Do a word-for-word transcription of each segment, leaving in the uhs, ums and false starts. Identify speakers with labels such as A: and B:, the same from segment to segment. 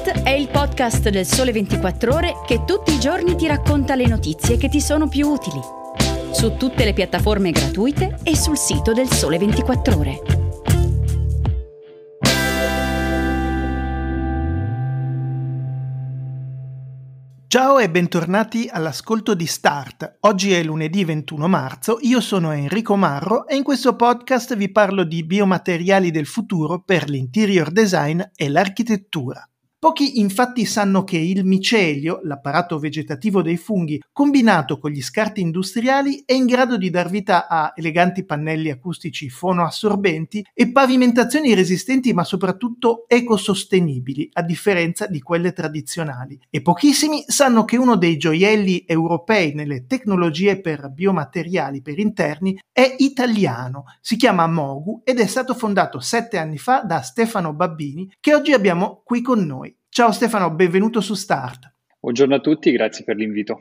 A: Start è il podcast del Sole ventiquattro Ore che tutti i giorni ti racconta le notizie che ti sono più utili. Su tutte le piattaforme gratuite e sul sito del Sole ventiquattro Ore.
B: Ciao e bentornati all'ascolto di Start. Oggi è lunedì ventuno marzo, io sono Enrico Marro e in questo podcast vi parlo di biomateriali del futuro per l'interior design e l'architettura. Pochi infatti sanno che il micelio, l'apparato vegetativo dei funghi, combinato con gli scarti industriali, è in grado di dar vita a eleganti pannelli acustici fonoassorbenti e pavimentazioni resistenti ma soprattutto ecosostenibili, a differenza di quelle tradizionali. E pochissimi sanno che uno dei gioielli europei nelle tecnologie per biomateriali per interni è italiano, si chiama Mogu ed è stato fondato sette anni fa da Stefano Babbini, che oggi abbiamo qui con noi. Ciao Stefano, benvenuto su Start.
C: Buongiorno a tutti, grazie per l'invito.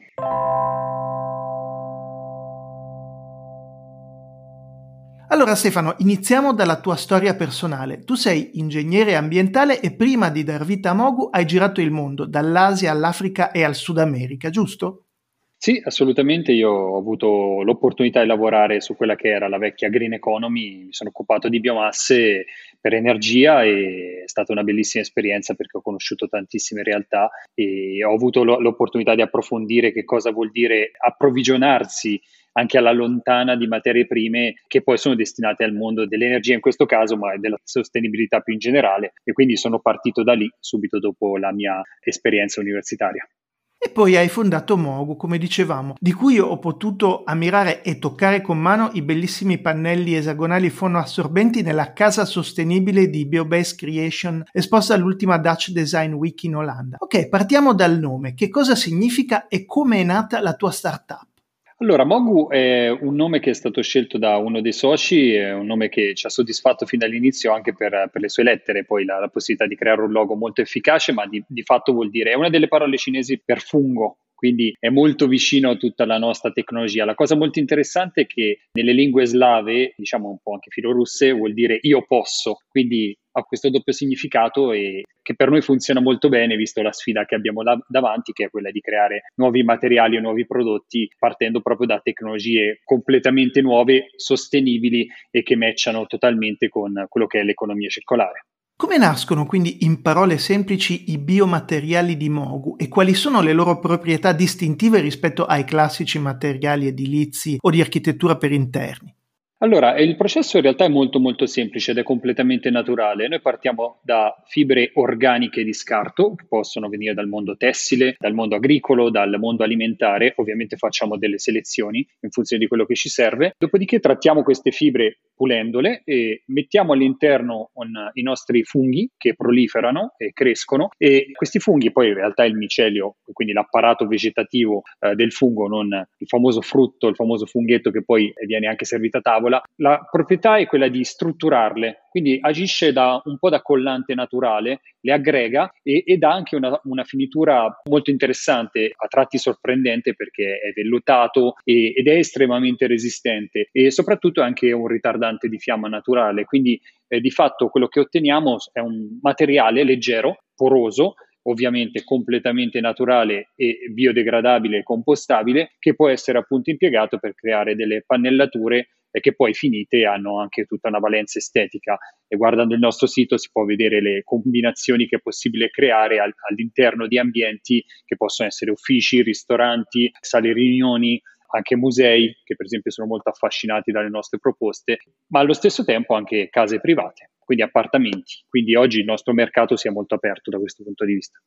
B: Allora Stefano, iniziamo dalla tua storia personale. Tu sei ingegnere ambientale e prima di dar vita a Mogu hai girato il mondo, dall'Asia all'Africa e al Sud America, giusto?
C: Sì, assolutamente. Io ho avuto l'opportunità di lavorare su quella che era la vecchia green economy, mi sono occupato di biomasse per energia e è stata una bellissima esperienza perché ho conosciuto tantissime realtà e ho avuto l'opportunità di approfondire che cosa vuol dire approvvigionarsi anche alla lontana di materie prime che poi sono destinate al mondo dell'energia in questo caso, ma della sostenibilità più in generale, e quindi sono partito da lì subito dopo la mia esperienza universitaria.
B: E poi hai fondato Mogu, come dicevamo, di cui ho potuto ammirare e toccare con mano i bellissimi pannelli esagonali fonoassorbenti nella casa sostenibile di Biobase Creation esposta all'ultima Dutch Design Week in Olanda. Ok, partiamo dal nome. Che cosa significa e come è nata la tua startup?
C: Allora, Mogu è un nome che è stato scelto da uno dei soci, è un nome che ci ha soddisfatto fin dall'inizio anche per, per le sue lettere, poi la, la possibilità di creare un logo molto efficace, ma di, di fatto vuol dire, è una delle parole cinesi per fungo, quindi è molto vicino a tutta la nostra tecnologia. La cosa molto interessante è che nelle lingue slave, diciamo un po' anche filorusse, vuol dire io posso, quindi ha questo doppio significato e che per noi funziona molto bene visto la sfida che abbiamo là davanti, che è quella di creare nuovi materiali e nuovi prodotti partendo proprio da tecnologie completamente nuove, sostenibili e che matchano totalmente con quello che è l'economia circolare.
B: Come nascono quindi in parole semplici i biomateriali di Mogu e quali sono le loro proprietà distintive rispetto ai classici materiali edilizi o di architettura per interni?
C: Allora, il processo in realtà è molto molto semplice ed è completamente naturale. Noi partiamo da fibre organiche di scarto, che possono venire dal mondo tessile, dal mondo agricolo, dal mondo alimentare. Ovviamente facciamo delle selezioni in funzione di quello che ci serve. Dopodiché trattiamo queste fibre pulendole e mettiamo all'interno un, i nostri funghi che proliferano e crescono e questi funghi poi in realtà è il micelio, quindi l'apparato vegetativo eh, del fungo, non il famoso frutto, il famoso funghetto che poi viene anche servito a tavola. La proprietà è quella di strutturarle, quindi agisce da un po' da collante naturale, le aggrega e, ed ha anche una, una finitura molto interessante, a tratti sorprendente perché è vellutato e, ed è estremamente resistente e soprattutto è anche un ritardante di fiamma naturale, quindi eh, di fatto quello che otteniamo è un materiale leggero, poroso, ovviamente completamente naturale e biodegradabile e compostabile, che può essere appunto impiegato per creare delle pannellature e che poi finite hanno anche tutta una valenza estetica. E guardando il nostro sito si può vedere le combinazioni che è possibile creare al, all'interno di ambienti che possono essere uffici, ristoranti, sale riunioni, anche musei che per esempio sono molto affascinati dalle nostre proposte, ma allo stesso tempo anche case private, quindi appartamenti. Quindi oggi il nostro mercato si è molto aperto da questo punto di vista.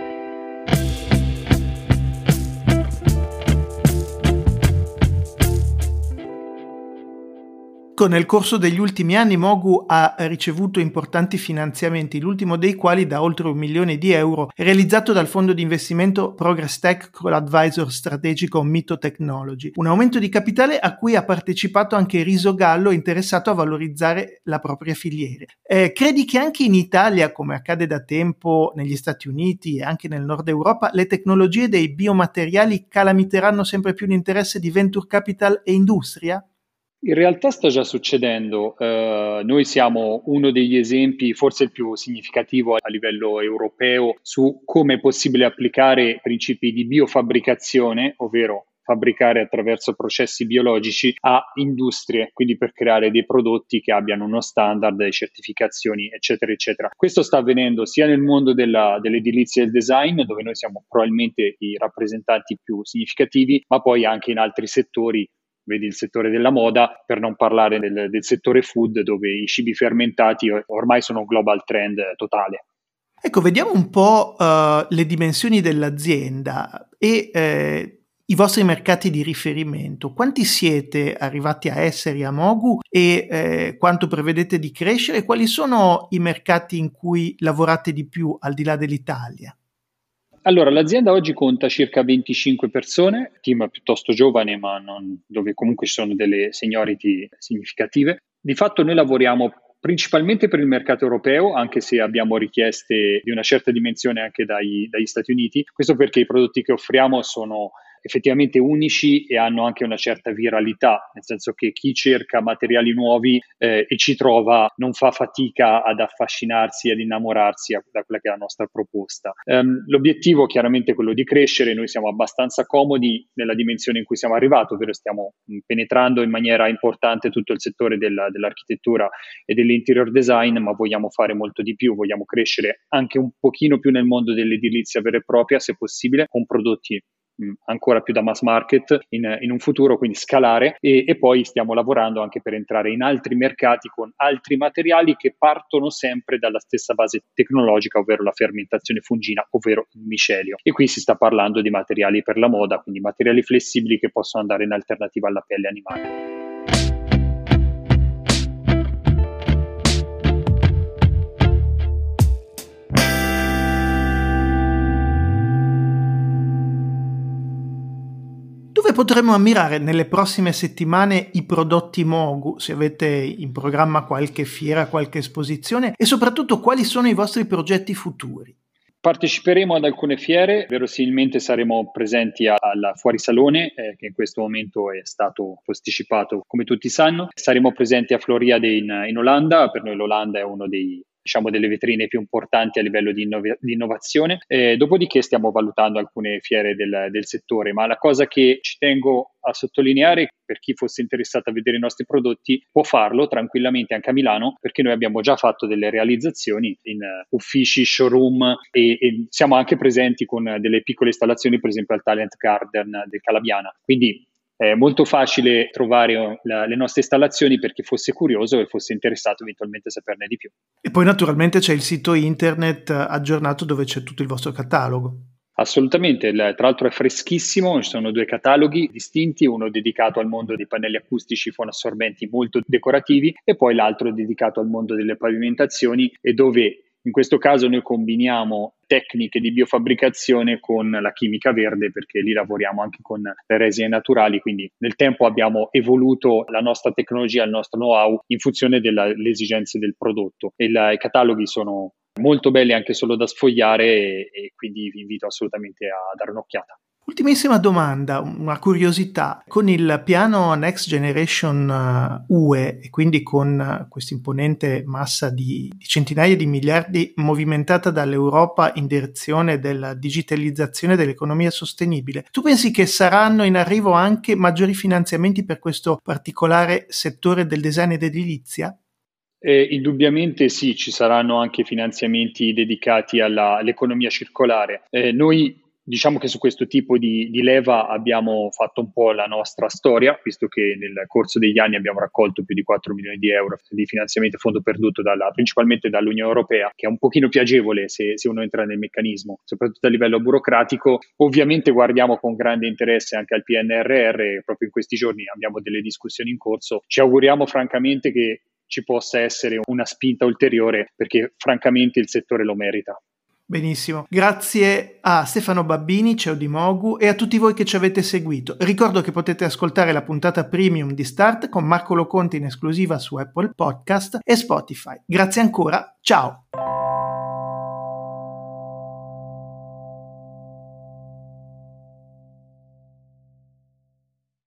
B: Nel corso degli ultimi anni Mogu ha ricevuto importanti finanziamenti, l'ultimo dei quali da oltre un milione di euro, realizzato dal fondo di investimento Progress Tech con l'advisor strategico Mito Technology, un aumento di capitale a cui ha partecipato anche Riso Gallo, interessato a valorizzare la propria filiera. Eh, credi che anche in Italia, come accade da tempo negli Stati Uniti e anche nel nord Europa, le tecnologie dei biomateriali calamiteranno sempre più l'interesse di venture capital e industria?
C: In realtà sta già succedendo, eh, noi siamo uno degli esempi, forse il più significativo a livello europeo, su come è possibile applicare principi di biofabbricazione, ovvero fabbricare attraverso processi biologici a industrie, quindi per creare dei prodotti che abbiano uno standard, le certificazioni, eccetera, eccetera. Questo sta avvenendo sia nel mondo della, dell'edilizia e del design, dove noi siamo probabilmente i rappresentanti più significativi, ma poi anche in altri settori. Vedi il settore della moda, per non parlare del, del settore food, dove i cibi fermentati ormai sono un global trend totale.
B: Ecco, vediamo un po' uh, le dimensioni dell'azienda e eh, i vostri mercati di riferimento. Quanti siete arrivati a essere a Mogu e eh, quanto prevedete di crescere? Quali sono i mercati in cui lavorate di più al di là dell'Italia?
C: Allora, l'azienda oggi conta circa venticinque persone, team piuttosto giovane, ma non, dove comunque ci sono delle seniority significative. Di fatto noi lavoriamo principalmente per il mercato europeo, anche se abbiamo richieste di una certa dimensione anche dai, dagli Stati Uniti. Questo perché i prodotti che offriamo sono effettivamente unici e hanno anche una certa viralità, nel senso che chi cerca materiali nuovi eh, e ci trova non fa fatica ad affascinarsi, ad innamorarsi a, da quella che è la nostra proposta. Um, l'obiettivo chiaramente è quello di crescere, noi siamo abbastanza comodi nella dimensione in cui siamo arrivati, ovvero stiamo penetrando in maniera importante tutto il settore della, dell'architettura e dell'interior design, ma vogliamo fare molto di più, vogliamo crescere anche un pochino più nel mondo dell'edilizia vera e propria, se possibile, con prodotti ancora più da mass market in, in un futuro, quindi scalare e, e poi stiamo lavorando anche per entrare in altri mercati con altri materiali che partono sempre dalla stessa base tecnologica, ovvero la fermentazione fungina, ovvero il micelio. E qui si sta parlando di materiali per la moda, quindi materiali flessibili che possono andare in alternativa alla pelle animale.
B: Dove potremo ammirare nelle prossime settimane i prodotti Mogu, se avete in programma qualche fiera, qualche esposizione e soprattutto quali sono i vostri progetti futuri?
C: Parteciperemo ad alcune fiere, verosimilmente saremo presenti al Fuorisalone, eh, che in questo momento è stato posticipato, come tutti sanno. Saremo presenti a Floriade in, in Olanda, per noi l'Olanda è uno dei diciamo delle vetrine più importanti a livello di, innov- di innovazione. Eh, dopodiché stiamo valutando alcune fiere del, del settore, ma la cosa che ci tengo a sottolineare, per chi fosse interessato a vedere i nostri prodotti, può farlo tranquillamente anche a Milano, perché noi abbiamo già fatto delle realizzazioni in uh, uffici, showroom e, e siamo anche presenti con delle piccole installazioni, per esempio al Talent Garden del Calabiana. Quindi è molto facile trovare la, le nostre installazioni per chi fosse curioso e fosse interessato eventualmente a saperne di più.
B: E poi naturalmente c'è il sito internet aggiornato dove c'è tutto il vostro catalogo.
C: Assolutamente, il, tra l'altro è freschissimo, ci sono due cataloghi distinti, uno dedicato al mondo dei pannelli acustici fonoassorbenti molto decorativi e poi l'altro dedicato al mondo delle pavimentazioni e dove in questo caso noi combiniamo tecniche di biofabbricazione con la chimica verde, perché lì lavoriamo anche con le resine naturali, quindi nel tempo abbiamo evoluto la nostra tecnologia, il nostro know-how in funzione delle esigenze del prodotto e la, i cataloghi sono molto belli anche solo da sfogliare e, e quindi vi invito assolutamente a dare un'occhiata.
B: Ultimissima domanda, una curiosità. Con il piano Next Generation U E e quindi con questa imponente massa di, di centinaia di miliardi movimentata dall'Europa in direzione della digitalizzazione dell'economia sostenibile, tu pensi che saranno in arrivo anche maggiori finanziamenti per questo particolare settore del design ed edilizia?
C: Eh, indubbiamente sì, ci saranno anche finanziamenti dedicati alla, all'economia circolare. Eh, noi Diciamo che su questo tipo di, di leva abbiamo fatto un po' la nostra storia, visto che nel corso degli anni abbiamo raccolto più di quattro milioni di euro di finanziamento a fondo perduto dalla, principalmente dall'Unione Europea, che è un pochino più agevole se, se uno entra nel meccanismo, soprattutto a livello burocratico. Ovviamente guardiamo con grande interesse anche al P N R R, proprio in questi giorni abbiamo delle discussioni in corso. Ci auguriamo francamente che ci possa essere una spinta ulteriore, perché francamente il settore lo merita.
B: Benissimo, grazie a Stefano Babbini, C E O di Mogu, e a tutti voi che ci avete seguito. Ricordo che potete ascoltare la puntata premium di Start con Marco Loconte in esclusiva su Apple Podcast e Spotify. Grazie ancora, ciao!